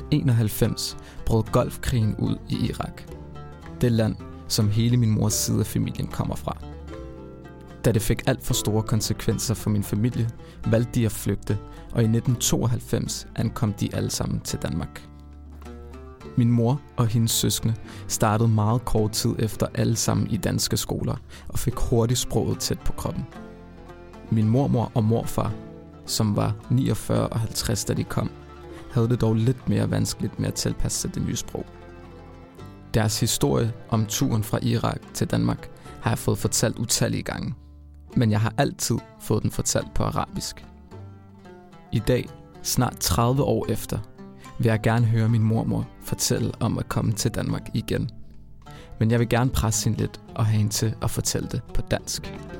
1991 brød Golfkrigen ud i Irak. Det land, som hele min mors side af familien kommer fra. Da det fik alt for store konsekvenser for min familie, valgte de at flygte, og i 1992 ankom de alle sammen til Danmark. Min mor og hendes søskende startede meget kort tid efter alle sammen i danske skoler og fik hurtigt sproget tæt på kroppen. Min mormor og morfar, som var 49 og 50 da de kom, havde det dog lidt mere vanskeligt med at tilpasse sig det nye sprog. Deres historie om turen fra Irak til Danmark har jeg fået fortalt utallige gange, men jeg har altid fået den fortalt på arabisk. I dag, snart 30 år efter, vil jeg gerne høre min mormor fortælle om at komme til Danmark igen. Men jeg vil gerne presse hende lidt og have hende til at fortælle det på dansk.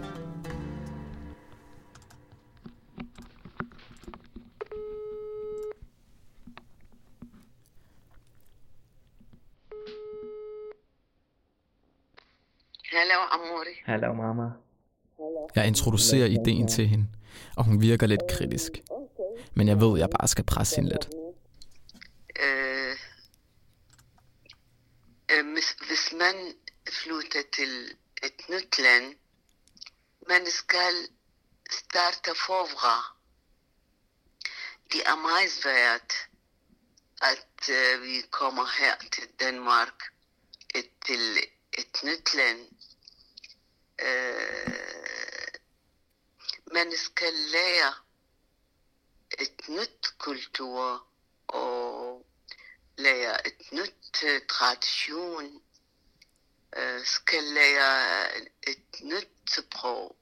Hallo, Amori. Hallo, mama. Jeg introducerer ideen til hende, og hun virker lidt kritisk. Men jeg ved, at jeg bare skal presse hende lidt. Hvis man flytter til et nyt land, man skal starte forfra. Det er meget svært, at vi kommer her til Danmark, til et nyt land. Man skal lære et nyt kultur og lære et nyt tradition. Skal lære et nyt sprog.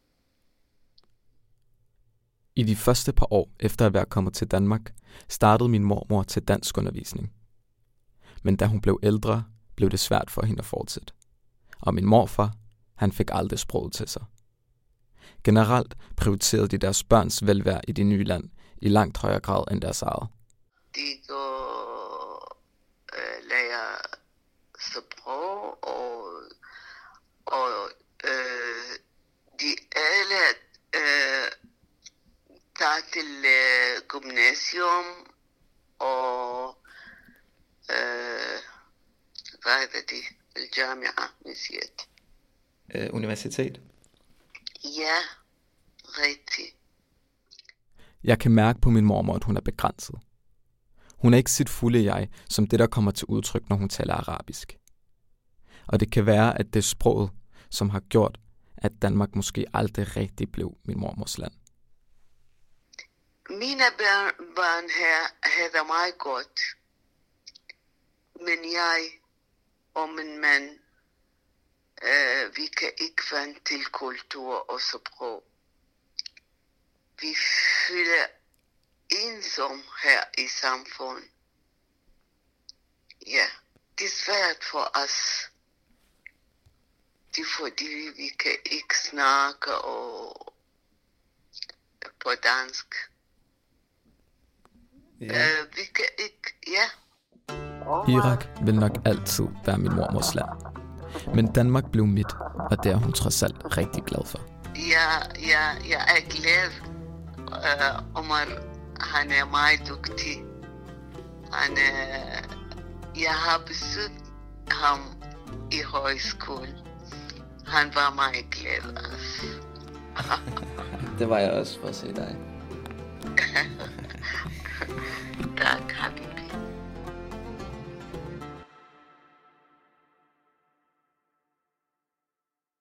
I de første par år efter at være kommet til Danmark, startede min mormor til danskundervisning. Men da hun blev ældre, blev det svært for hende at fortsætte. Og min morfar, han fik aldrig sproget til sig. Generelt prioriterede de deres børns velvære i det nye land i langt højere grad end deres eget. De går lærer sprog, og de alle tager til gymnasium, og hvad er det? Al-Jamia, nasiet. Universitet? Ja, rigtigt. Jeg kan mærke på min mormor, at hun er begrænset. Hun er ikke sit fulde jeg, som det der kommer til udtryk, når hun taler arabisk. Og det kan være, at det er sproget, som har gjort, at Danmark måske aldrig rigtig blev min mormors land. Mine børn her havde det meget godt. Men jeg og min mand, vi kan ikke vende til kultur og sprog. Vi føler ensom her i samfundet. Ja, det er svært for os. Det er fordi vi kan ikke snakke på dansk. Ja. Vi kan ikke, ja. Irak vil nok altid være min mormors land. Men Danmark blev mit, og det er hun trods alt rigtig glad for. Jeg er glad. Omar, han er meget dygtig. Jeg har besøgt ham i højskole. Han var meget glad. Det var jeg også for at se dig.